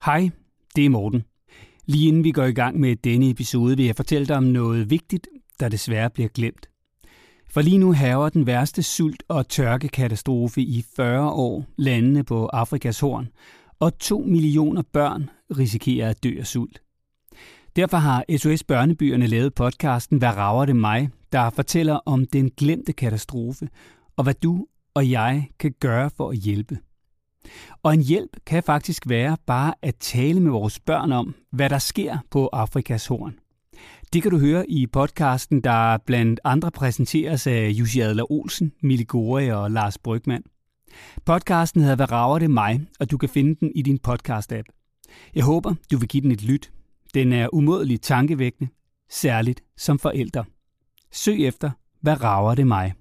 Hej, det er Morten. Lige inden vi går i gang med denne episode, vil jeg fortælle dig om noget vigtigt, der desværre bliver glemt. For lige nu hærger den værste sult- og tørkekatastrofe i 40 år landene på Afrikas Horn, og 2 millioner børn risikerer at dø af sult. Derfor har SOS Børnebyerne lavet podcasten Hvad rager det mig?, der fortæller om den glemte katastrofe, og hvad du og jeg kan gøre for at hjælpe. Og en hjælp kan faktisk være bare at tale med vores børn om, hvad der sker på Afrikas Horn. Det kan du høre i podcasten, der blandt andre præsenteres af Jussi Adler-Olsen, Mille Gore og Lars Brygmann. Podcasten hedder Hvad rager det mig?, og du kan finde den i din podcast-app. Jeg håber, du vil give den et lyt. Den er umådeligt tankevækkende, særligt som forældre. Søg efter Hvad rager det mig?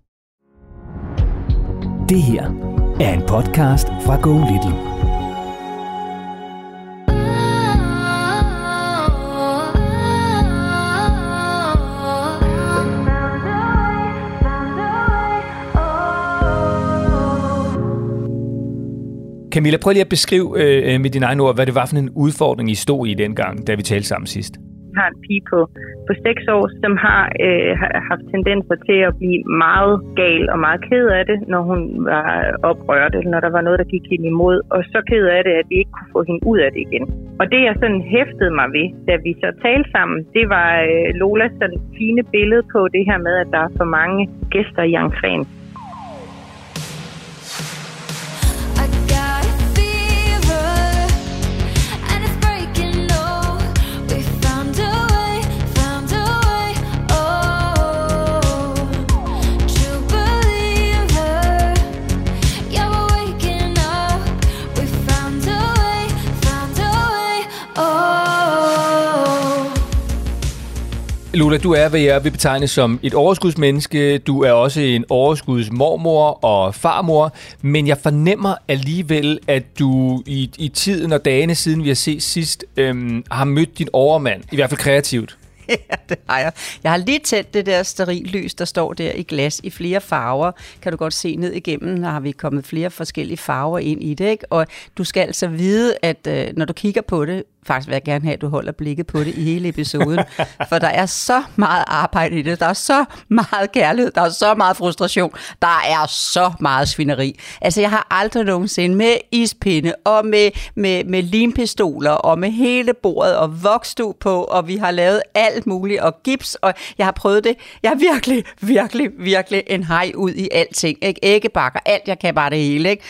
Det her er en podcast fra Go Little. Camilla, prøv lige at beskrive med dine egne ord, hvad det var for en udfordring, I stod i dengang, da vi talte sammen sidst. Jeg har en pige på 6 år, som har haft tendenser til at blive meget gal og meget ked af det, når hun var oprørt, eller når der var noget, der gik hende imod. Og så ked af det, at vi ikke kunne få hende ud af det igen. Og det, jeg sådan hæftede mig ved, da vi så talte sammen, det var Lolas sådan fine billede på det her med, at der er for mange gæster i entréen. Lola, du er, hvad jeg vil betegne som et overskudsmenneske. Du er også en overskudsmormor og farmor. Men jeg fornemmer alligevel, at du i tiden og dagene siden vi har set sidst, har mødt din overmand. I hvert fald kreativt. Ja, det har jeg. Jeg har lige tændt det der stearinlys, der står der i glas i flere farver. Kan du godt se ned igennem, der har vi kommet flere forskellige farver ind i det, ikke? Og du skal altså vide, at når du kigger på det, faktisk vil jeg gerne have, at du holder blikket på det i hele episoden, for der er så meget arbejde i det, der er så meget kærlighed, der er så meget frustration, der er så meget svineri. Altså, jeg har aldrig nogensinde med ispinde og med limpistoler og med hele bordet og voksstue på, og vi har lavet alt muligt og gips, og jeg har prøvet det. Jeg er virkelig en hej ud i alting, ikke? Æggebakker, alt, jeg kan bare det hele, ikke?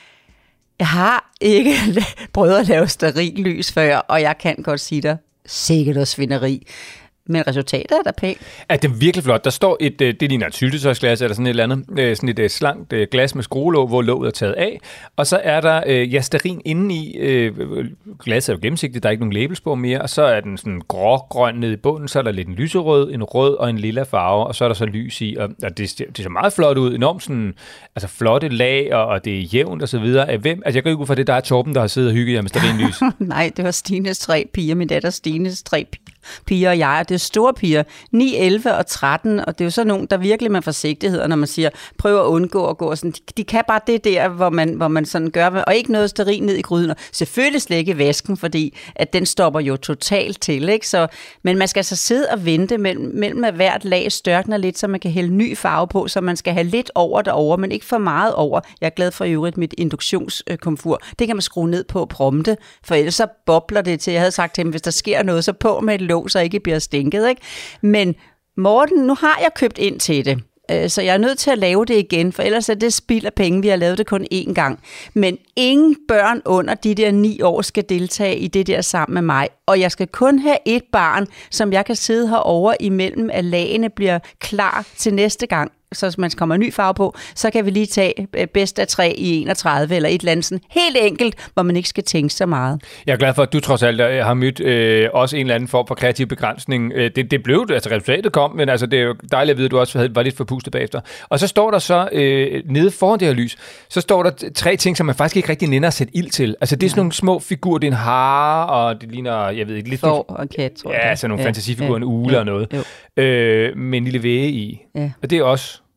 Jeg har ikke prøvet at lave stearinlys før, og jeg kan godt sige dig, sikkert og svineri. Men resultatet er da pænt. Ja, det er virkelig flot. Der står det ligner et syltetøjsglas eller sådan et eller andet, sådan et slankt glas med skruelåg, hvor låget er taget af. Og så er der stearin indeni. Glasset er jo gennemsigtigt, der er ikke nogen labelspor mere. Og så er den sådan grågrøn nede i bunden, så er der lidt en lyserød, en rød og en lilla farve, og så er der så lys i. Og det ser meget flot ud. Enormt sådan, altså flotte lag, og det er jævnt og så videre. Hvem? Altså jeg går ikke ud fra det, der er Torben, der har siddet og hygget jer med stearinlys. Nej, det var Stines 3 piger, min datter Stines 3 piger og jeg, og det er store piger, 9, 11 og 13, og det er jo sådan nogen, der virkelig med forsigtighed, når man siger, prøv at undgå at gå, og sådan, de kan bare det der, hvor man sådan gør, og ikke noget stearin ned i gryden, og selvfølgelig slet ikke væsken, fordi at den stopper jo totalt til, ikke? Så, men man skal så sidde og vente mellem at hvert lag størkner lidt, så man kan hælde ny farve på, så man skal have lidt over derovre, men ikke for meget over. Jeg er glad for øvrigt mit induktionskomfur. Det kan man skrue ned på prompte, for ellers så bobler det til. Jeg havde sagt til dem, hvis der sker noget, så på med et låg, så ikke bliver stinket, ikke? Men Morten, nu har jeg købt ind til det, så jeg er nødt til at lave det igen, for ellers er det spild af penge. Vi har lavet det kun én gang. Men ingen børn under de der 9 år skal deltage i det der sammen med mig. Og jeg skal kun have et barn, som jeg kan sidde herovre imellem, at lagene bliver klar til næste gang. Så hvis man kommer en ny farve på, så kan vi lige tage bedst af 3 i 31 eller et eller andet sådan helt enkelt, hvor man ikke skal tænke så meget. Jeg er glad for, at du trods alt har mødt også en eller anden form for kreativ begrænsning. Det blev det, altså resultatet kom, men altså, det er jo dejligt at vide, at du også var lidt forpustet bagefter. Og så står der så nede foran det her lys, så står der 3 ting, som man faktisk ikke rigtig nænder at sætte ild til. Altså det er sådan nogle små figurer, det er en hare, og det ligner, jeg ved ikke, lidt... Får og kat, tror jeg. Ja, sådan nogle fantasifigurer, en ugle og noget. Med en lille væge i. Ja. Og det er også...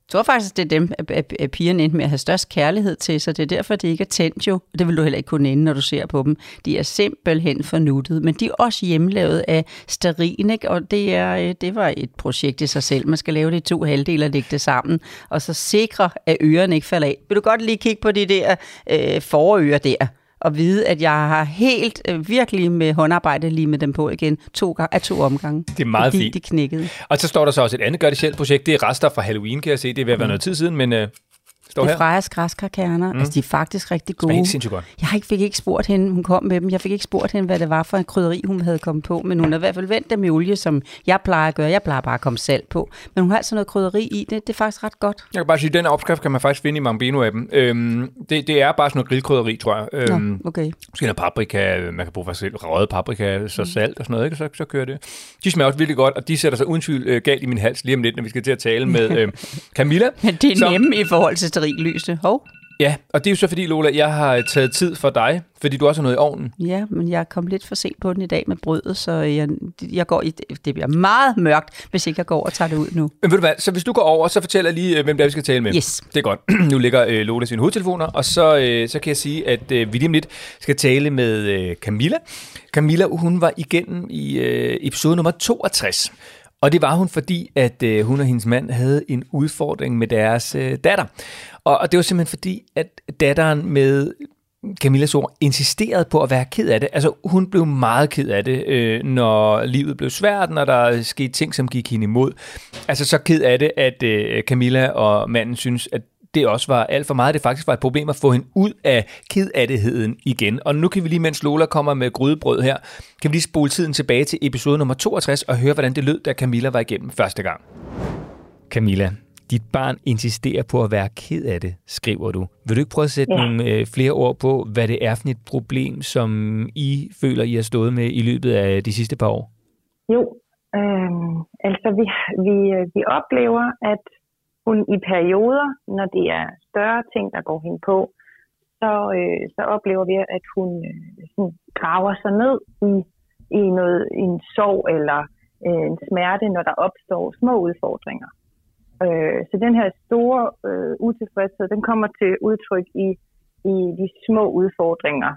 Jeg tror faktisk, det er dem, at pigerne endte med at have størst kærlighed til, så det er derfor, det ikke er tændt jo. Det vil du heller ikke kunne ende, når du ser på dem. De er simpelthen fornuttet, men de er også hjemmelavet af stearin, ikke? Og det var et projekt i sig selv. Man skal lave det i 2 halvdele og lægge det sammen, og så sikre, at ørerne ikke falder af. Vil du godt lige kigge på de der forører der, og vide, at jeg har helt virkelig med håndarbejde lige med dem på igen 2 omgange. Det er meget fint. De knækkede. Og så står der så også et andet gør-det-selv-projekt. Det er rester fra Halloween, kan jeg se. Det er ved at være noget tid siden, men står her. Det er Frejas græskarkerner. Altså, de er faktisk rigtig gode. Det er sindssygt godt. Jeg fik ikke spurgt hende, hun kom med dem. Jeg fik ikke spurgt hende, hvad det var for en krydderi, hun havde kommet på. Men hun har i hvert fald vendt dem i olie, som jeg plejer at gøre. Jeg plejer bare at komme salt på. Men hun har altså noget krydderi i det. Det er faktisk ret godt. Jeg kan bare sige, at den opskrift kan man faktisk finde i Mambino-appen. Det er bare sådan noget grillkrydderi, tror jeg. Okay. Måske noget paprika. Man kan bruge faktisk røget paprika, så salt og sådan noget. Ikke? Så kører det. De smager også virkelig godt, og de sætter sig uden tvivl galt i min hals lige om lidt, når vi skal til at tale med Camilla. Men det er nemme i forhold til stearinlyset. Ja, og det er jo så fordi, Lola, jeg har taget tid for dig, fordi du også har noget i ovnen. Ja, men jeg kom lidt for sent på den i dag med brødet, så jeg går i, det bliver meget mørkt, hvis ikke jeg går og tager det ud nu. Men ved du hvad, så hvis du går over, så fortæller lige, hvem det er, vi skal tale med. Yes. Det er godt. Nu ligger Lola sine hovedtelefoner, og så kan jeg sige, at vi lige om lidt skal tale med Camilla. Camilla, hun var igennem i episode nummer 62. Og det var hun, fordi at hun og hendes mand havde en udfordring med deres datter. Og det var simpelthen fordi, at datteren med Camillas ord insisterede på at være ked af det. Altså hun blev meget ked af det, når livet blev svært, når der skete ting, som gik hende imod. Altså så ked af det, at Camilla og manden synes, at det også var alt for meget. Det faktisk var et problem at få hende ud af kedattigheden igen. Og nu kan vi lige, mens Lola kommer med grydebrød her, kan vi lige spole tiden tilbage til episode nummer 62 og høre, hvordan det lød, da Camilla var igennem første gang. Camilla, dit barn insisterer på at være ked af det, skriver du. Vil du ikke prøve at sætte nogle flere ord på, hvad det er for et problem, som I føler, I har stået med i løbet af de sidste par år? Jo, altså vi oplever, at hun i perioder, når det er større ting, der går hende på, så oplever vi, at hun graver sig ned i en sorg eller en smerte, når der opstår små udfordringer. Så den her store utilfredshed, den kommer til udtryk i de små udfordringer,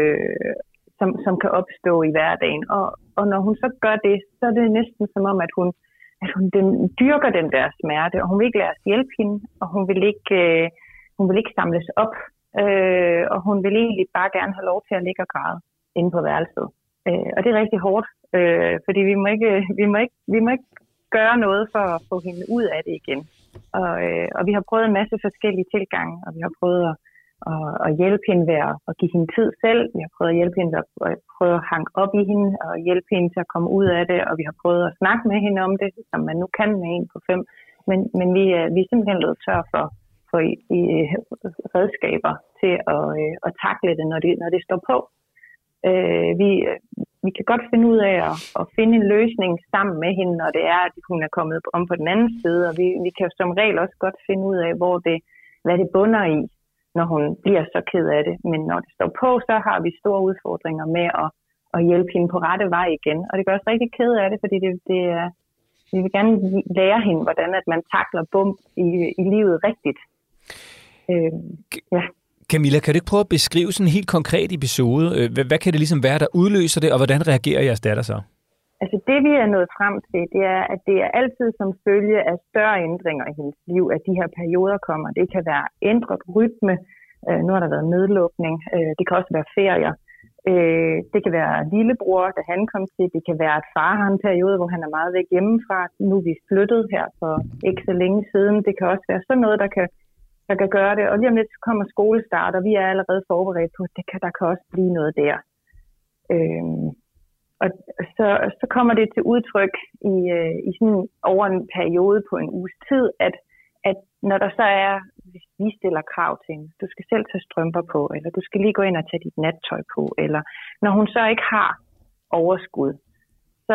som kan opstå i hverdagen. Og når hun så gør det, så er det næsten som om, at hun dyrker den der smerte, og hun vil ikke lade os hjælpe hende, og hun vil ikke samles op, og hun vil egentlig bare gerne have lov til at ligge og græde inde på værelset. Og det er rigtig hårdt, fordi vi må ikke gøre noget for at få hende ud af det igen. Og vi har prøvet en masse forskellige tilgange, og vi har prøvet at hjælpe hende ved at give hende tid selv. Vi har prøvet at hjælpe hende ved at prøve at hanke op i hende og hjælpe hende til at komme ud af det. Og vi har prøvet at snakke med hende om det, som man nu kan med en på 5. Men vi er simpelthen løbet tør for redskaber til at takle det, når det står på. Vi kan godt finde ud af at finde en løsning sammen med hende, når det er, at hun er kommet om på den anden side. Og vi kan som regel også godt finde ud af, hvad det bunder i, når hun bliver så ked af det. Men når det står på, så har vi store udfordringer med at hjælpe hende på rette vej igen. Og det gør os rigtig ked af det, fordi vi vil gerne lære hende, hvordan at man takler bump i livet rigtigt. Ja. Camilla, kan du ikke prøve at beskrive sådan en helt konkret episode? Hvad kan det ligesom være, der udløser det, og hvordan reagerer jeres datter så? Altså det, vi er nået frem til, det er, at det er altid som følge af større ændringer i hendes liv, at de her perioder kommer. Det kan være ændret rytme, nu har der været nedlukning, det kan også være ferier. Det kan være lillebror, da han kom til. Det kan være, at far har en periode, hvor han er meget væk hjemmefra. Nu er vi flyttet her for ikke så længe siden. Det kan også være sådan noget, der kan gøre det. Og lige om lidt kommer skolestart, og vi er allerede forberedt på, at der kan også blive noget der. Og så kommer det til udtryk i sådan over en periode på en uges tid, at når der så er, hvis vi stiller krav til hende, du skal selv tage strømper på, eller du skal lige gå ind og tage dit nattøj på, eller når hun så ikke har overskud, så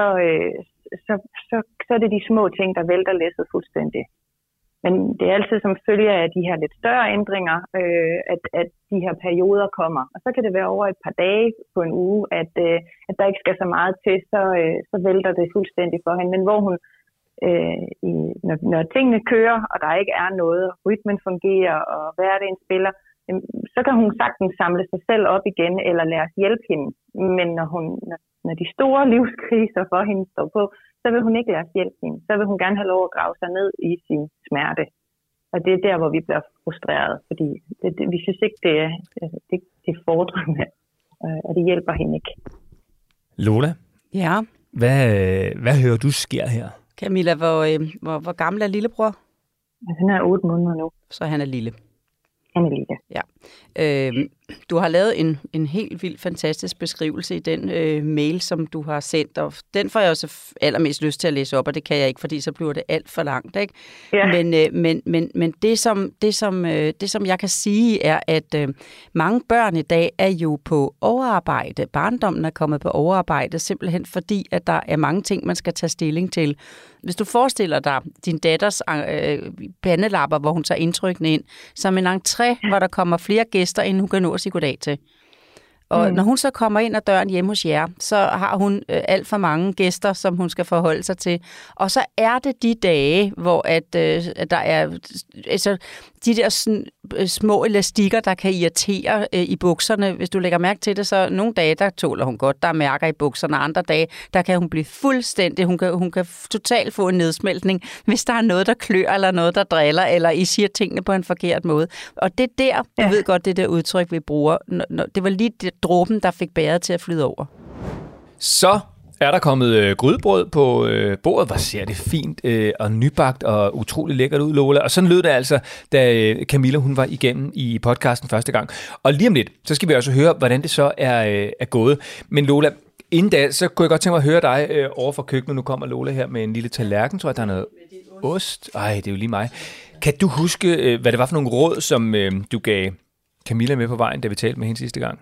er det de små ting, der vælter læsset fuldstændig. Men det er altid som følge af de her lidt større ændringer, at de her perioder kommer. Og så kan det være over et par dage på en uge, at der ikke skal så meget til, så vælter det fuldstændig for hende. Men hvor hun når tingene kører, og der ikke er noget, rytmen fungerer, og hverdagen spiller, så kan hun sagtens samle sig selv op igen, eller lade os hjælpe hende. Men når de store livskriser for hende står på, så vil hun ikke lade os hjælpe hende. Så vil hun gerne have lov at grave sig ned i sin smerte. Og det er der, hvor vi bliver frustreret, fordi vi synes ikke, det er fordrende, og det hjælper hende ikke. Lola? Ja? Hvad hører du sker her? Camilla, hvor gammel er lillebror? Han er 8 måneder nu. Så han er lille. Han er lille. Ja. Du har lavet en helt vild, fantastisk beskrivelse i den mail, som du har sendt, og den får jeg også allermest lyst til at læse op, og det kan jeg ikke, fordi så bliver det alt for langt, ikke? Ja. Men det, som jeg kan sige, er, at mange børn i dag er jo på overarbejde. Barndommen er kommet på overarbejde, simpelthen fordi, at der er mange ting, man skal tage stilling til. Hvis du forestiller dig din datters pandelapper, hvor hun tager indtrykkene ind, som en entré, hvor der kommer flere gæster, end hun kan nå at sige goddag til. Og når hun så kommer ind ad døren hjemme hos jer, så har hun alt for mange gæster, som hun skal forholde sig til. Og så er det de dage, hvor at der er altså, de der små elastikker, der kan irritere i bukserne. Hvis du lægger mærke til det, så nogle dage, der tåler hun godt. Der er mærker i bukserne, andre dage, der kan hun blive fuldstændig. Hun kan totalt få en nedsmeltning, hvis der er noget, der klør, eller noget, der driller, eller I siger tingene på en forkert måde. Og det der, du ved godt, det der udtryk, vi bruger, det var lige dråben, der fik bæret til at flyde over. Så er der kommet grydebrød på bordet. Hvor ser det fint og nybagt og utrolig lækkert ud, Lola. Og sådan lød det altså, da Camilla hun var igennem i podcasten første gang. Og lige om lidt, så skal vi også høre, hvordan det så er gået. Men Lola, inden da, så kunne jeg godt tænke mig at høre dig over for køkkenet. Nu kommer Lola her med en lille tallerken, tror jeg, der er noget ost. Ej, det er jo lige mig. Kan du huske, hvad det var for nogle råd, som du gav Camilla med på vejen, da vi talte med hende sidste gang?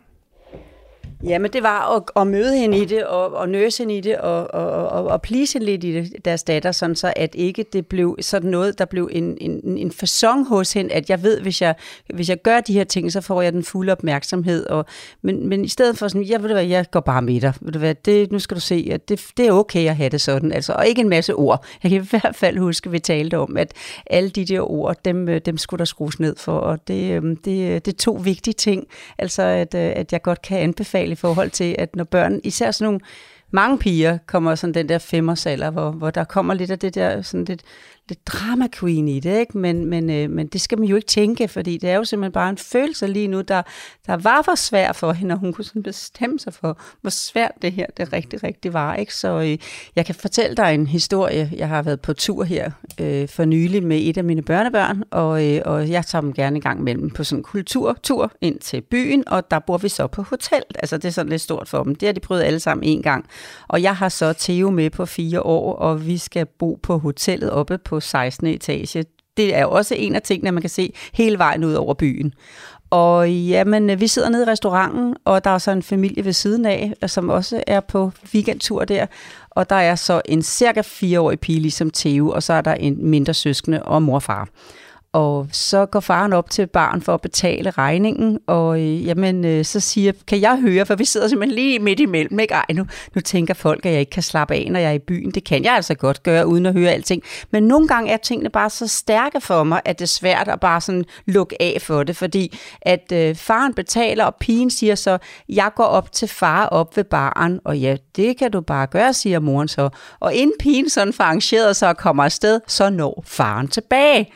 Jamen, det var at møde hende i det, og nøse hende i det, og please hende lidt i det, deres datter, sådan så at ikke det blev sådan noget, der blev en facon hos hende, at jeg ved, hvis jeg gør de her ting, så får jeg den fulde opmærksomhed. Men i stedet for sådan, jeg går bare med dig. Ved du hvad, nu skal du se, at det er okay at have det sådan. Altså, og ikke en masse ord. Jeg kan i hvert fald huske, at vi talte om, at alle de der ord, dem skulle der skrues ned for, og det er 2 vigtige ting. Altså, at jeg godt kan anbefale i forhold til, at når børn, især sådan nogle mange piger, kommer sådan den der 5-årsalder, hvor der kommer lidt af det der sådan lidt drama queen i det, ikke? Men det skal man jo ikke tænke, fordi det er jo simpelthen bare en følelse lige nu, der var for svær for hende, og hun kunne sådan bestemme sig for, hvor svært det her det rigtig var, ikke? Så jeg kan fortælle dig en historie. Jeg har været på tur her for nylig med et af mine børnebørn, og jeg tager dem gerne en gang imellem på sådan en kulturtur ind til byen, og der bor vi så på hotel. Altså det er sådan lidt stort for dem. Det har de prøvet alle sammen en gang. Og jeg har så Theo med på 4 år, og vi skal bo på hotellet oppe på 16. etage. Det er også en af tingene, man kan se hele vejen ud over byen. Og jamen, vi sidder nede i restauranten, og der er så en familie ved siden af, som også er på weekendtur der. Og der er så en cirka 4-årig pige, ligesom Theo, og så er der en mindre søskende og mor og far. Og så går faren op til baren for at betale regningen, og så siger, kan jeg høre, for vi sidder simpelthen lige midt imellem, ikke? Ej, nu tænker folk, at jeg ikke kan slappe af, når jeg er i byen. Det kan jeg altså godt gøre, uden at høre alting. Men nogle gange er tingene bare så stærke for mig, at det er svært at bare sådan lukke af for det, fordi at faren betaler, og pigen siger så, jeg går op til far op ved baren, og ja, det kan du bare gøre, siger moren så. Og inden pigen sådan får arrangeret sig og kommer afsted, så når faren tilbage.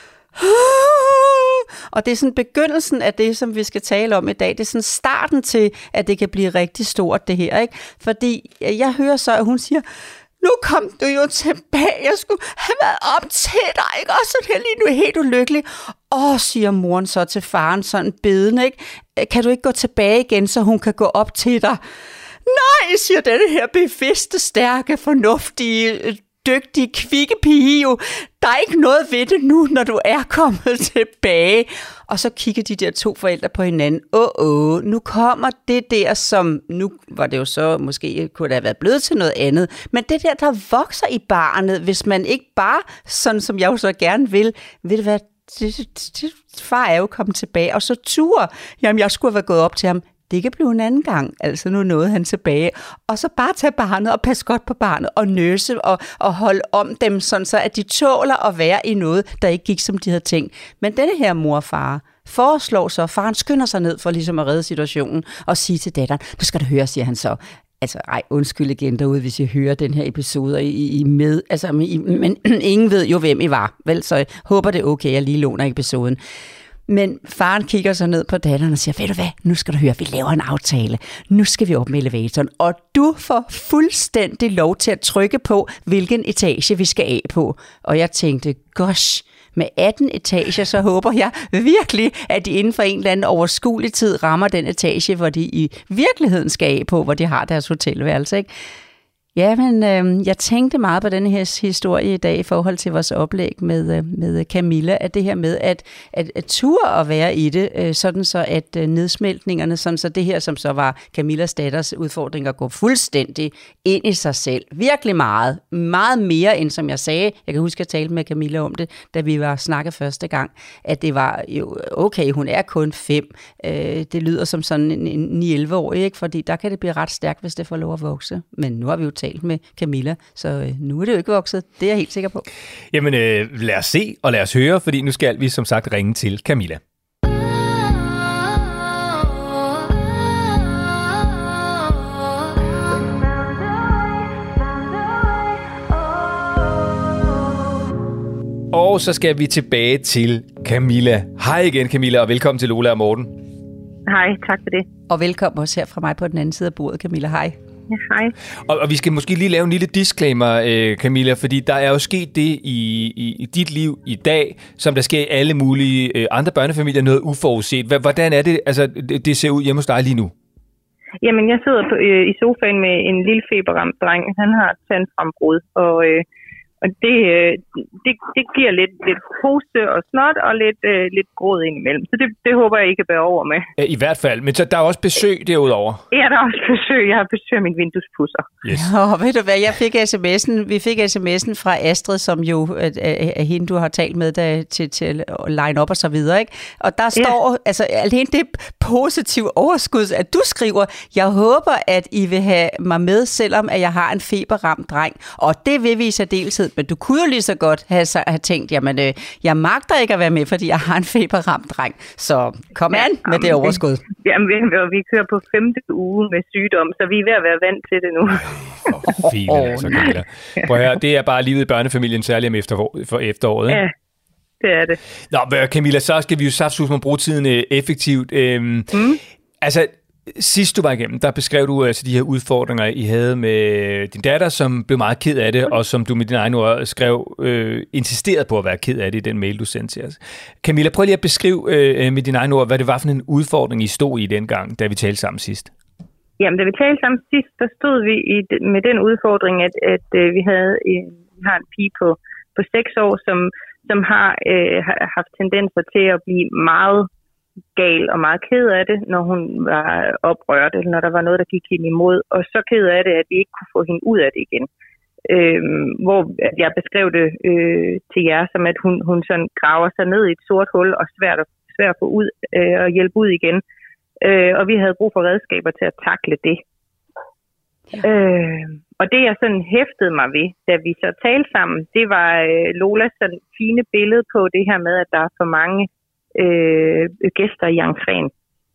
Og det er sådan begyndelsen af det, som vi skal tale om i dag. Det er sådan starten til, at det kan blive rigtig stort, det her, ikke? Fordi jeg hører så, at hun siger, nu kom du jo tilbage, jeg skulle have været op til dig, ikke? Og så er jeg lige nu helt ulykkelig. Siger moren så til faren sådan bedende, ikke? Kan du ikke gå tilbage igen, så hun kan gå op til dig? Nej, siger denne her bevidste, stærke, fornuftige, dygtige, kvikke pige jo. Der er ikke noget ved det nu, når du er kommet tilbage. Og så kigger de der 2 forældre på hinanden. Nu kommer det der, som nu var det jo så, måske kunne det have været blevet til noget andet. Men det der vokser i barnet, hvis man ikke bare, sådan som jeg jo så gerne vil, ved du hvad, far er jo kommet tilbage, og så jamen jeg skulle have været gået op til ham. det kan blive en anden gang. Altså nu nåede han tilbage. Og så bare tage barnet og passe godt på barnet og nøse og holde om dem, sådan så at de tåler at være i noget, der ikke gik, som de havde tænkt. Men denne her mor og far foreslår så, faren skynder sig ned for ligesom at redde situationen og sige til datteren, nu skal du høre, siger han så. Altså, undskyld igen derude, hvis I hører den her episode, I med. Altså, men ingen ved jo, hvem I var. Vel, så jeg håber, det er okay, jeg lige låner episoden. Men faren kigger så ned på datteren og siger, ved du hvad, nu skal du høre, vi laver en aftale. Nu skal vi op med elevatoren, og du får fuldstændig lov til at trykke på, hvilken etage vi skal af på. Og jeg tænkte, gosh, med 18 etager, så håber jeg virkelig, at de inden for en eller anden overskuelig tid rammer den etage, hvor de i virkeligheden skal af på, hvor de har deres hotelværelse, ikke? Ja, men jeg tænkte meget på denne her historie i dag i forhold til vores oplæg med Camilla, at det her med at ture at være i det, sådan så at nedsmeltningerne, sådan så det her, som så var Camillas datters udfordring, at gå fuldstændig ind i sig selv. Virkelig meget. Meget mere end som jeg sagde. Jeg kan huske, at jeg talte med Camilla om det, da vi var snakket første gang, at det var jo, okay, hun er kun 5. Det lyder som sådan en 9-11-årig, ikke? Fordi der kan det blive ret stærkt, hvis det får lov at vokse. Men nu har vi jo talt med Camilla, så nu er det jo ikke vokset. Det er jeg helt sikker på. Jamen, lad os se og lad os høre, fordi nu skal vi som sagt ringe til Camilla. Og så skal vi tilbage til Camilla. Hej igen, Camilla, og velkommen til Lola og Morten. Hej, tak for det. Og velkommen også her fra mig på den anden side af bordet, Camilla. Hej. Ja, hej. Og vi skal måske lige lave en lille disclaimer, Camilla, fordi der er jo sket det i dit liv i dag, som der sker i alle mulige andre børnefamilier, noget uforudset. Hvordan er det, altså, det ser ud hjemme hos dig lige nu? Jamen, jeg sidder i sofaen med en lille feberramt dreng. Han har tandfrembrud, og det giver lidt hoste og snot og lidt gråd indimellem. Så det håber jeg ikke at bære over med. I hvert fald. Men så der er også besøg derudover. Ja, der er også besøg. Jeg har besøg af min vinduespusser. Yes. Ved du hvad, vi fik sms'en fra Astrid, som jo er hende, du har talt med til at line op og så videre, ikke? Og der står, altså alene det positive overskud, at du skriver, jeg håber, at I vil have mig med, selvom at jeg har en feberramt dreng. Og det vil vi i særdeleshed. Men du kunne jo lige så godt have tænkt, jamen, jeg magter ikke at være med, fordi jeg har en feberramt dreng. Så kom an med det overskud. Jamen, vi kører på 5. uge med sygdom, så vi er ved at være vant til det nu. Fint, altså, Camilla. Prøv at høre, det er bare livet i børnefamilien, særligt for efteråret, ikke? Ja, det er det. Nå, Camilla, så skal vi jo saftsusme bruge tiden effektivt. Altså, sidst du var igennem, der beskrev du altså de her udfordringer, I havde med din datter, som blev meget ked af det, og som du med dine egne ord skrev, insisterede på at være ked af det i den mail, du sendte til os. Camilla, prøv lige at beskrive med dine egne ord, hvad det var for en udfordring, I stod i dengang, da vi talte sammen sidst. Jamen, da vi talte sammen sidst, der stod vi med den udfordring, at vi har en pige på 6 år, som har haft tendenser til at blive meget gal og meget ked af det, når hun var oprørt, eller når der var noget, der gik hende imod, og så ked af det, at vi ikke kunne få hende ud af det igen. Hvor jeg beskrev det til jer, som at hun sådan graver sig ned i et sort hul, og svært at få ud og hjælpe ud igen. Og vi havde brug for redskaber til at takle det. Ja. Og det, jeg sådan hæftede mig ved, da vi så talte sammen, det var Lolas sådan fine billede på det her med, at der er for mange gæster i entréen.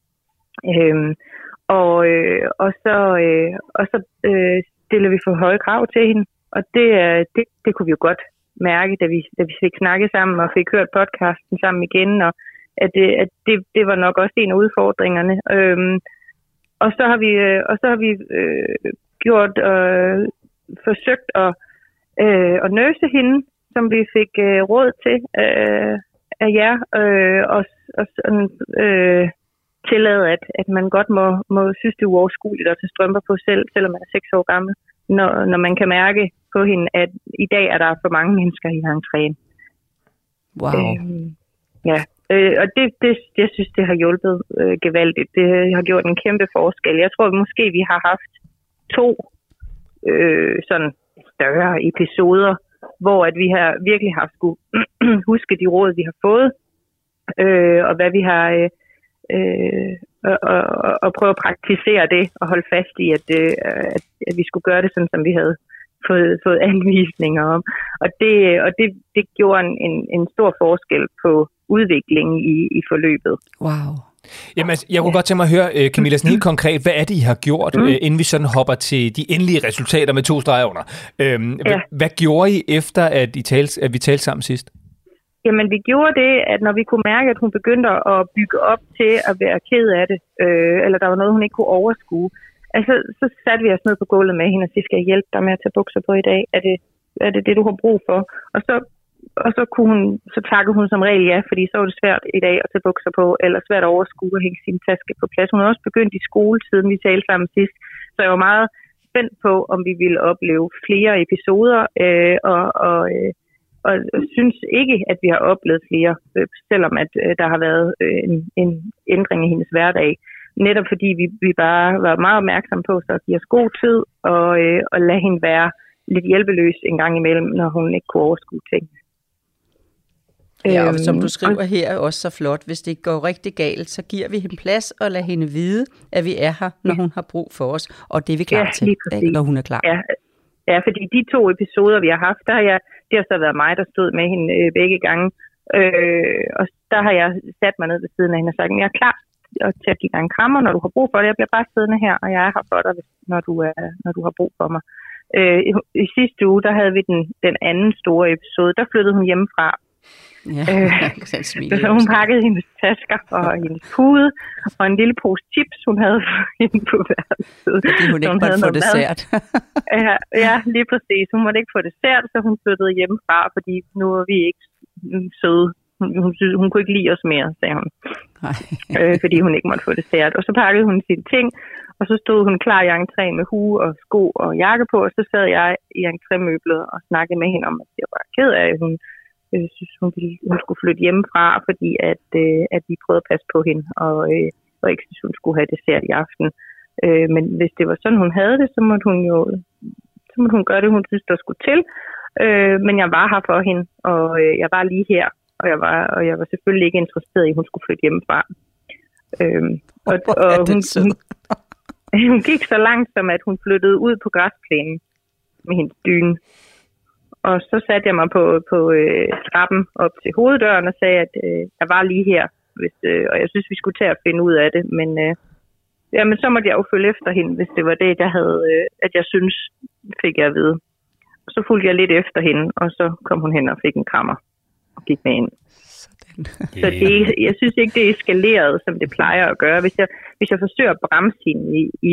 Og så stiller vi for høje krav til hende, og det kunne vi jo godt mærke, da vi fik snakket sammen og fik hørt podcasten sammen igen, og at det var nok også en af udfordringerne. Og så har vi gjort forsøgt at nøse hende, som vi fik råd til af jer, og tillade, at man godt må synes, det er uoverskueligt at tage strømper på selv, selvom man er 6 år gammel, når man kan mærke på hende, at i dag er der for mange mennesker i entréen. Wow. Ja, og jeg synes, det har hjulpet gevaldigt. Det har gjort en kæmpe forskel. Jeg tror måske, vi har haft 2 sådan større episoder, hvor at vi har virkelig haft skulle huske de råd, vi har fået, og hvad vi har og prøve at praktisere det og holde fast i, at vi skulle gøre det sådan, som vi havde fået anvisninger om. Og det gjorde en stor forskel på udviklingen i forløbet. Wow. Jamen, jeg kunne godt tænke mig at høre, Camilla, sådan helt konkret, hvad er det, I har gjort, inden vi sådan hopper til de endelige resultater med 2 streger under? Hvad gjorde I efter, at vi talte sammen sidst? Jamen, vi gjorde det, at når vi kunne mærke, at hun begyndte at bygge op til at være ked af det, eller der var noget, hun ikke kunne overskue, altså, så satte vi os ned på gulvet med hende og sagde, skal jeg hjælpe dig med at tage bukser på i dag? Er det, du har brug for? Og så takkede hun som regel ja, fordi så var det svært i dag at tage bukser på, eller svært at overskue og hænge sin taske på plads. Hun har også begyndt i skole, siden vi talte sammen sidst, så jeg var meget spændt på, om vi ville opleve flere episoder, og synes ikke, at vi har oplevet flere, selvom at der har været en ændring i hendes hverdag. Netop fordi vi bare var meget opmærksomme på så at give os god tid og lade hende være lidt hjælpeløs en gang imellem, når hun ikke kunne overskue ting. Ja, og som du skriver her også så flot, hvis det går rigtig galt, så giver vi hende plads og lader hende vide, at vi er her, når hun har brug for os, og det er vi klar til, når hun er klar. Ja, fordi de 2 episoder, vi har haft, det har så været mig, der stod med hende begge gange, og der har jeg sat mig ned ved siden af hende og sagt, jeg er klar til at give dig en krammer, når du har brug for det. Jeg bliver bare siddende her, og jeg er her for dig, når du har brug for mig. I sidste uge, der havde vi den anden store episode, der flyttede hun hjemmefra. Ja, så hun pakkede hendes tasker og hendes pude og en lille pose chips, hun havde inde på værelset. Fordi hun ikke måtte få dessert. ja, lige præcis. Hun måtte ikke få dessert, så hun flyttede hjemmefra, fordi nu er vi ikke søde. Hun kunne ikke lide os mere, sagde hun. Fordi hun ikke måtte få dessert. Og så pakkede hun sine ting, og så stod hun klar i entréen med hue og sko og jakke på, og så sad jeg i entrémøblet og snakkede med hende om, at jeg var ked af, at hun synes, hun skulle flytte hjemmefra, fordi at vi prøvede at passe på hende, og ikke synes, hun skulle have dessert i aften. Men hvis det var sådan, hun havde det, så måtte hun gøre det, hun synes, der skulle til. Men jeg var her for hende, og jeg var lige her, og jeg var selvfølgelig ikke interesseret i, at hun skulle flytte hjemmefra. Hun gik så langt, som at hun flyttede ud på græsplænen med hendes dyne. Og så satte jeg mig på trappen op til hoveddøren og sagde, at jeg var lige her, og jeg synes, vi skulle tage at finde ud af det. Men så måtte jeg jo følge efter hende, hvis det var det, at jeg synes, fik jeg at vide. Og så fulgte jeg lidt efter hende, og så kom hun hen og fik en krammer og gik med ind. Så jeg synes ikke, det er eskaleret, som det plejer at gøre. Hvis jeg forsøger at bremse hende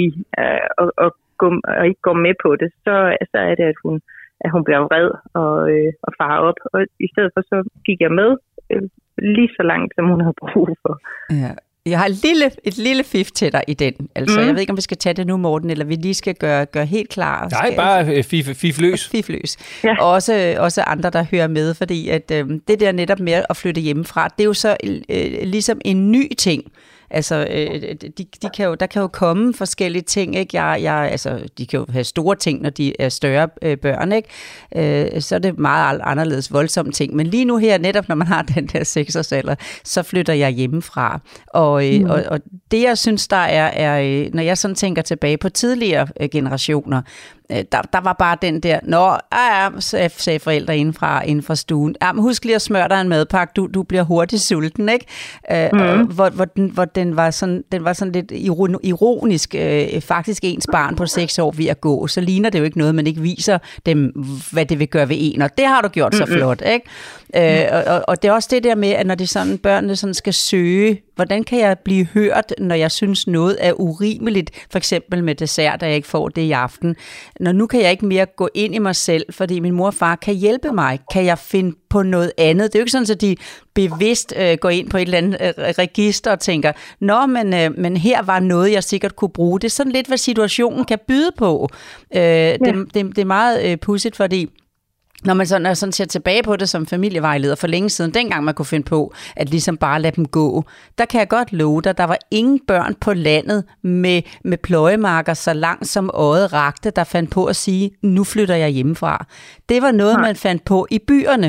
og ikke gå med på det, så er det, at hun bliver vred og farer op. Og i stedet for, så gik jeg med lige så langt, som hun havde brug for. Ja. Jeg har et lille fif til dig i den. Altså, jeg ved ikke, om vi skal tage det nu, Morten, eller vi lige skal gøre helt klar. Nej, bare fifløs. Fifløs. Ja. Også andre, der hører med, fordi at det der netop med at flytte hjemmefra, det er jo så ligesom en ny ting. Altså, der kan jo komme forskellige ting, ikke? Altså, de kan jo have store ting, når de er større børn, ikke? Så er det meget anderledes voldsomme ting. Men lige nu her, netop når man har den der 6-årsalder, så flytter jeg hjemmefra. Og det, jeg synes, der er, når jeg sådan tænker tilbage på tidligere generationer, der var bare den der, sagde forældre inden fra stuen. Men husk lige at smøre dig en madpakke, du bliver hurtigt sulten, ikke? Hvor den var sådan lidt ironisk, faktisk ens barn på 6 år ved at gå, så ligner det jo ikke noget, man ikke viser dem, hvad det vil gøre ved en, og det har du gjort så flot, ikke? Og det er også det der med, at når det sådan, børnene sådan skal søge, hvordan kan jeg blive hørt, når jeg synes noget er urimeligt, for eksempel med dessert, da jeg ikke får det i aften. Når nu kan jeg ikke mere gå ind i mig selv, fordi min mor og far kan hjælpe mig. Kan jeg finde på noget andet? Det er jo ikke sådan, at de bevidst går ind på et eller andet register og tænker, men her var noget, jeg sikkert kunne bruge. Det er sådan lidt, hvad situationen kan byde på. Det er meget pudsigt, fordi når man sådan ser tilbage på det som familievejleder for længe siden, dengang man kunne finde på at ligesom bare lade dem gå, der kan jeg godt love dig, der var ingen børn på landet med pløjemarker så langt som øjet rakte, der fandt på at sige, nu flytter jeg hjemmefra. Det var noget, man fandt på i byerne,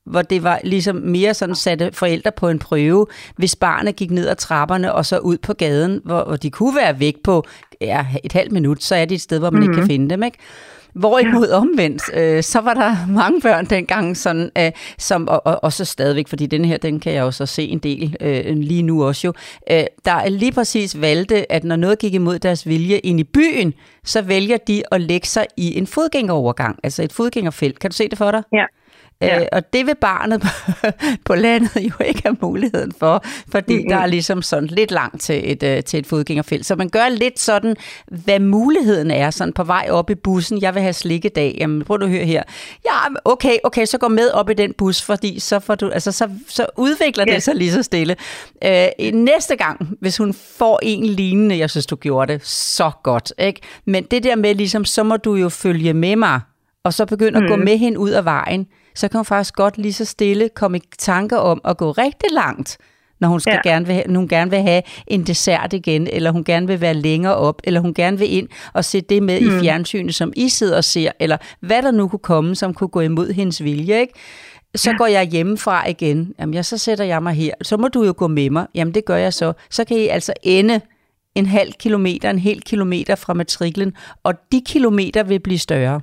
hvor det var ligesom mere sådan satte forældre på en prøve, hvis barnet gik ned ad trapperne og så ud på gaden, hvor de kunne være væk på et halvt minut, så er det et sted, hvor man ikke kan finde dem, ikke? Hvorimod omvendt, så var der mange børn dengang, sådan, som, og så stadigvæk, fordi den kan jeg jo så se en del lige nu også jo, der lige præcis valgte, at når noget gik imod deres vilje ind i byen, så vælger de at lægge sig i en fodgængerovergang, altså et fodgængerfelt. Kan du se det for dig? Ja. Og det vil barnet på landet jo ikke have muligheden for, fordi der er ligesom sådan lidt langt til et fodgængerfelt. Så man gør lidt sådan, hvad muligheden er, sådan på vej op i bussen. Jeg vil have slikkedag. Jamen, prøv at høre her. Ja, okay, så gå med op i den bus, fordi så får du, altså så udvikler det sig lige så stille. Næste gang, hvis hun får en lignende, jeg synes, du gjorde det så godt, ikke? Men det der med ligesom, så må du jo følge med mig, og så begynde at gå med hende ud af vejen, så kan hun faktisk godt lige så stille komme i tanke om at gå rigtig langt, når hun gerne vil have en dessert igen, eller hun gerne vil være længere op, eller hun gerne vil ind og se det med i fjernsynet, som I sidder og ser, eller hvad der nu kunne komme, som kunne gå imod hendes vilje, ikke? Så går jeg hjemmefra igen. Jamen, så sætter jeg mig her. Så må du jo gå med mig. Jamen, det gør jeg så. Så kan I altså ende en hel kilometer fra matriklen, og de kilometer vil blive større.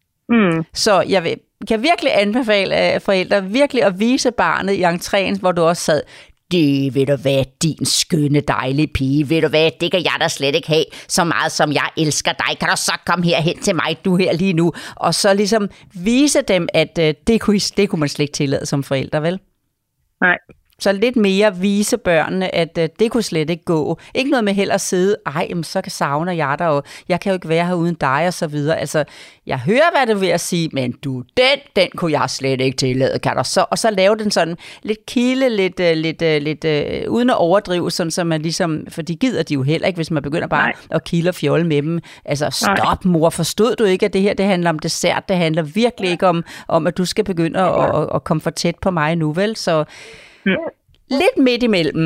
Så jeg kan virkelig anbefale forældre virkelig at vise barnet i entréen, hvor du også sad, det vil du være din skønne, dejlige pige, ved du hvad, det kan jeg da slet ikke have, så meget som jeg elsker dig, kan du så komme herhen til mig, du her lige nu, og så ligesom vise dem, at det kunne man slet ikke tillade som forældre, vel? Nej. Så lidt mere vise børnene, at det kunne slet ikke gå. Ikke noget med heller at sidde, så savner jeg dig, og jeg kan jo ikke være her uden dig, og så videre. Altså, jeg hører, hvad du vil at sige, men du, den kunne jeg slet ikke tillade, kan du så? Og så lave den sådan lidt kilde, lidt uden at overdrive, sådan så man ligesom, for de gider de jo heller ikke, hvis man begynder bare at kilde og fjolle med dem. Altså, stop mor, forstod du ikke, at det her, det handler om dessert, det handler virkelig ikke om at du skal begynde at komme for tæt på mig nu, vel? Så lidt midt imellem.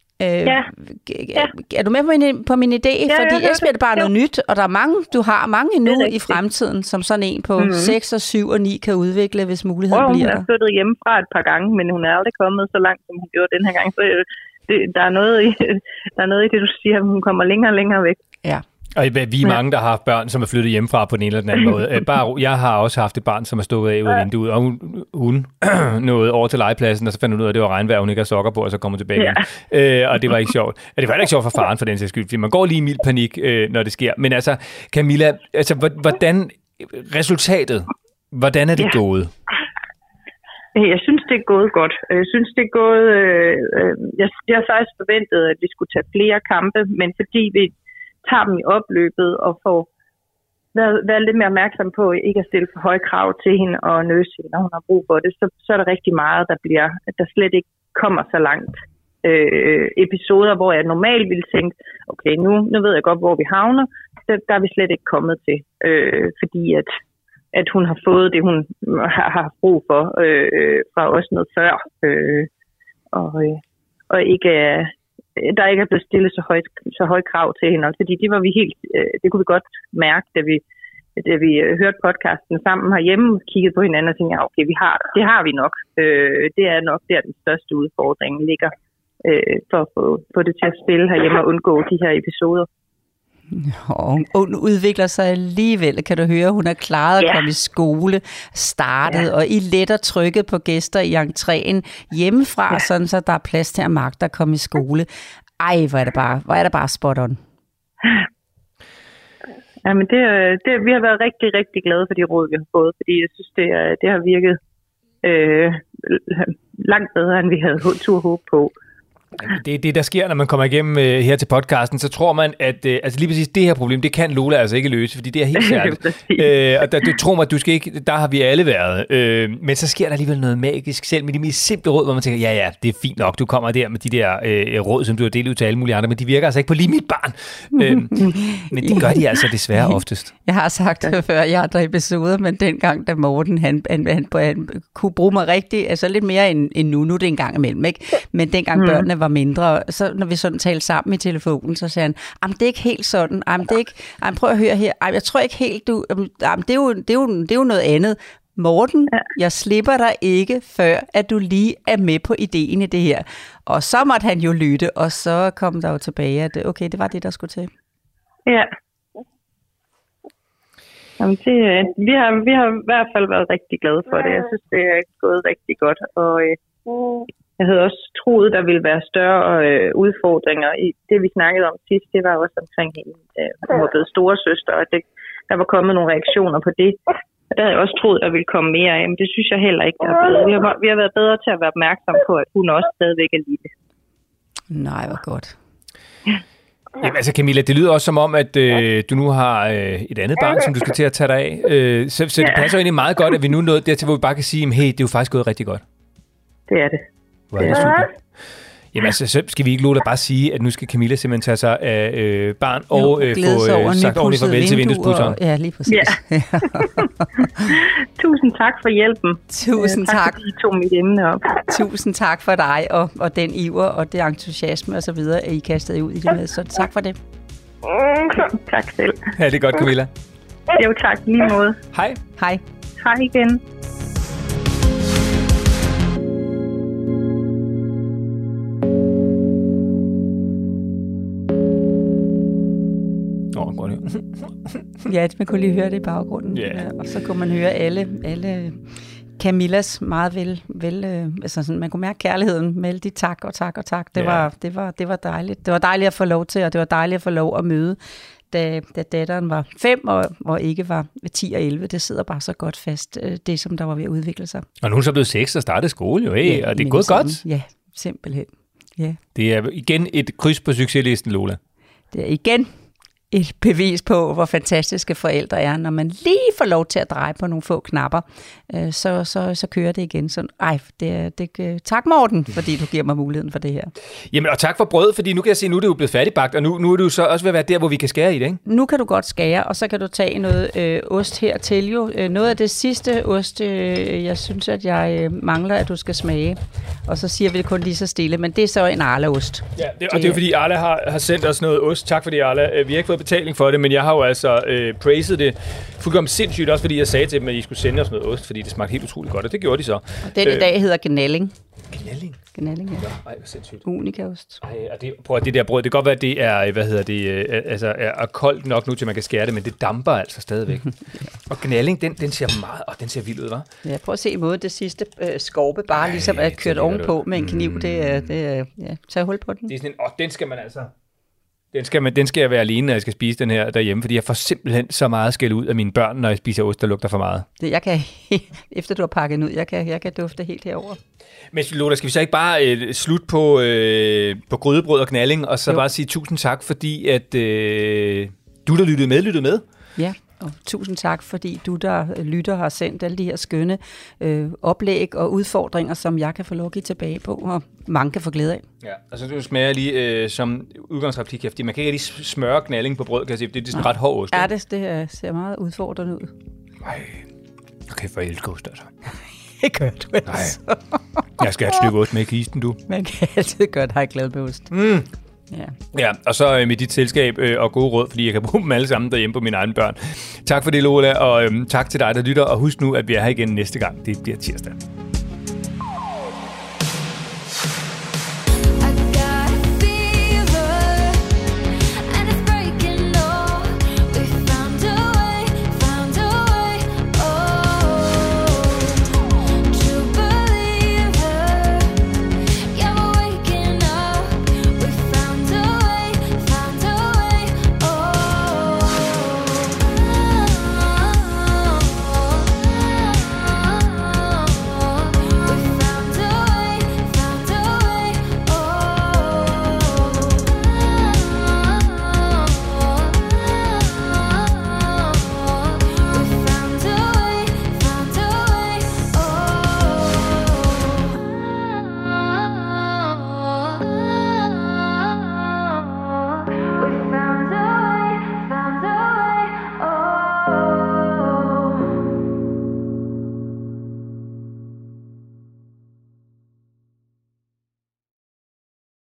Er du med på min idé? Fordi ellers bliver det bare noget nyt, og der er mange nu i fremtiden, som sådan en på 6 og 7 og 9 kan udvikle, hvis muligheden bliver der. Hun er flyttet hjemmefra et par gange, men hun er aldrig kommet så langt, som hun gjorde den her gang. Så der er noget i det, du siger, at hun kommer længere og længere væk. Ja. Og vi er mange, der har haft børn, som er flyttet hjemmefra på den ene eller den anden måde. Jeg har også haft et barn, som er stukket af ud af vinduet, og hun nåede over til legepladsen, og så fandt hun ud af, at det var regnvejr, hun ikke har sokker på, og så kommer tilbage igen. Og det var ikke sjovt. Det var heller ikke sjovt for faren for den sags skyld, fordi man går lige i mild panik, når det sker. Men altså, Camilla, hvordan resultatet, hvordan er det gået? Jeg synes, det er gået godt. Jeg synes, det er gået... Jeg har faktisk forventet, at vi skulle tage flere kampe, men fordi vi tager dem i opløbet og får været lidt mere opmærksom på ikke at stille for høje krav til hende og nøse hende, når hun har brug for det, så er der rigtig meget, der slet ikke kommer så langt. Episoder, hvor jeg normalt ville tænke, okay, nu ved jeg godt, hvor vi havner, der er vi slet ikke kommet til, fordi at hun har fået det, hun har brug for fra os noget før, og ikke der ikke er blevet stillet så høje krav til hende, fordi det kunne vi godt mærke, da vi hørte podcasten sammen herhjemme, kiggede på hinanden og tænkte, ja, okay, det har vi nok. Det er nok der den største udfordring ligger for at få det til at spille herhjemme og undgå de her episoder. Og hun udvikler sig alligevel, kan du høre. Hun er klaret at komme i skole, startet, og I letter trykket på gæster i entréen hjemmefra, sådan så der er plads til at magte at komme i skole. Ej, hvor er det bare spot on. Jamen, vi har været rigtig, rigtig glade for de råd, vi har fået, fordi jeg synes, det har virket langt bedre, end vi havde tur håb på. Det, der sker, når man kommer igennem her til podcasten, så tror man, at altså lige præcis det her problem, det kan Lola altså ikke løse, fordi det er helt særligt. Og du tror mig, at du skal ikke, der har vi alle været. Men så sker der alligevel noget magisk, selv med de mest simple råd, hvor man tænker, ja, det er fint nok, du kommer der med de der råd, som du har delt ud til alle mulige andre, men de virker altså ikke på lige mit barn. Men det gør de altså desværre oftest. Jeg har sagt det før i andre episoder, men dengang, da Morten, han kunne bruge mig rigtig, altså lidt mere end nu det en gang imellem, ikke? Men dengang børnene var mindre, så når vi sådan talte sammen i telefonen, så sagde han, det er ikke helt sådan, det er ikke, prøv at høre her, jeg tror ikke helt, det er jo noget andet. Morten, jeg slipper dig ikke, før at du lige er med på ideen i det her. Og så måtte han jo lytte, og så kom der jo tilbage, at okay, det var det, der skulle til. Ja. Jamen vi har i hvert fald været rigtig glade for det. Jeg synes, det er gået rigtig godt. Og jeg havde også troet, der ville være større udfordringer. I det, vi snakkede om sidst, det var også omkring hende. Hun var blevet storesøster, og der var kommet nogle reaktioner på det. Og der havde jeg også troet, der ville komme mere af. Men det synes jeg heller ikke, der er blevet. Vi har været bedre til at være opmærksom på, at hun også stadigvæk er lille. Nej, hvor godt. Jamen, altså Camilla, det lyder også som om, at du nu har et andet barn, som du skal til at tage dig af. Så det passer egentlig meget godt, at vi nu er nået dertil, hvor vi bare kan sige, hey, det er jo faktisk gået rigtig godt. Det er det. Wow, det er super. Jamen altså, så skal vi ikke lade bare sige, at nu skal Camilla simpelthen tage sig af barn og få sagt ordentligt farvel til vinduespudseren. Ja, lige præcis. Ja. Tusind tak for hjælpen. Tusind tak. Fordi I tog mit emne op. Tusind tak for dig og den iver og det entusiasme og så videre, at I kastede ud i det med. Så tak for det. Tak selv. Ja, det er godt, Camilla. Jo, tak. Lige måde. Hej. Hej. Hej igen. Ja, man kunne lige høre det i baggrunden. Yeah. Og så kunne man høre alle Camillas meget altså sådan, man kunne mærke kærligheden med alle de tak. Det var dejligt. Det var dejligt at få lov til, og det var dejligt at få lov at møde, da datteren var 5 og ikke var 10 og 11. Det sidder bare så godt fast, det som der var ved at udvikle sig. Og nu er hun så blevet 6 og startet skole, jo, hey, og det er gået godt. Ja, simpelthen. Ja. Det er igen et kryds på succeslisten, Lola. Det er igen et bevis på, hvor fantastiske forældre er. Når man lige får lov til at dreje på nogle få knapper, så kører det igen. Så, tak Morten, fordi du giver mig muligheden for det her. Jamen, og tak for brød, fordi nu kan jeg se, nu er det jo blevet færdigbagt, og nu er det jo så også ved at være der, hvor vi kan skære i det, ikke? Nu kan du godt skære, og så kan du tage noget ost her til jo. Noget af det sidste ost, jeg synes, at jeg mangler, at du skal smage. Og så siger vi det kun lige så stille, men det er så en Arla-ost. Ja, og det er fordi Arla har sendt os noget ost. Tak fordi Arla. Vi har ikke fået betaling for det, men jeg har jo altså praised det fuldkommen sindssygt, også fordi jeg sagde til dem, at I skulle sende os noget ost, fordi det smagte helt utroligt godt, og det gjorde de så. Og den i dag hedder Gnalling. Gnalling, ja. Ej, hvor sindssygt. Unikaost. Ej, og det der brød, det kan godt være, at det er, er koldt nok nu, til man kan skære det, men det damper altså stadigvæk. Og Gnalling, den ser meget, den ser vild ud, hva'? Ja, prøv at se imod det sidste skorpe, bare ligesom at kørt ovenpå med en kniv, tag hul på den. Det er sådan den skal man altså... Den skal jeg være alene, når jeg skal spise den her derhjemme, fordi jeg får simpelthen så meget skæld ud af mine børn, når jeg spiser ost, der lugter for meget. Jeg kan, efter du har pakket den ud, jeg kan dufte helt herover. Men Lola, skal vi så ikke bare slutte på grydebrød og Gnalling, og så bare sige tusind tak, fordi at du, der lyttede med? Ja. Og tusind tak, fordi du, der lytter, har sendt alle de her skønne oplæg og udfordringer, som jeg kan få lov at give tilbage på, og mange kan få glæde af. Ja, altså du smager lige som udgangsreplik, fordi man kan ikke rigtig smøre Gnalling på brød, kan jeg sige. Det er sådan ret hård ost. Ja, det ser meget udfordrende ud. Nej, okay, for elsker ost, altså. Det gør du altså. Nej, jeg skal have et stykke ost med i kisten, du. Man kan altid gøre dig glad med ost. Ja, og så med dit selskab og gode råd, fordi jeg kan bruge dem alle sammen derhjemme på mine egne børn. Tak for det, Lola, og tak til dig, der lytter, og husk nu, at vi er her igen næste gang. Det bliver tirsdag.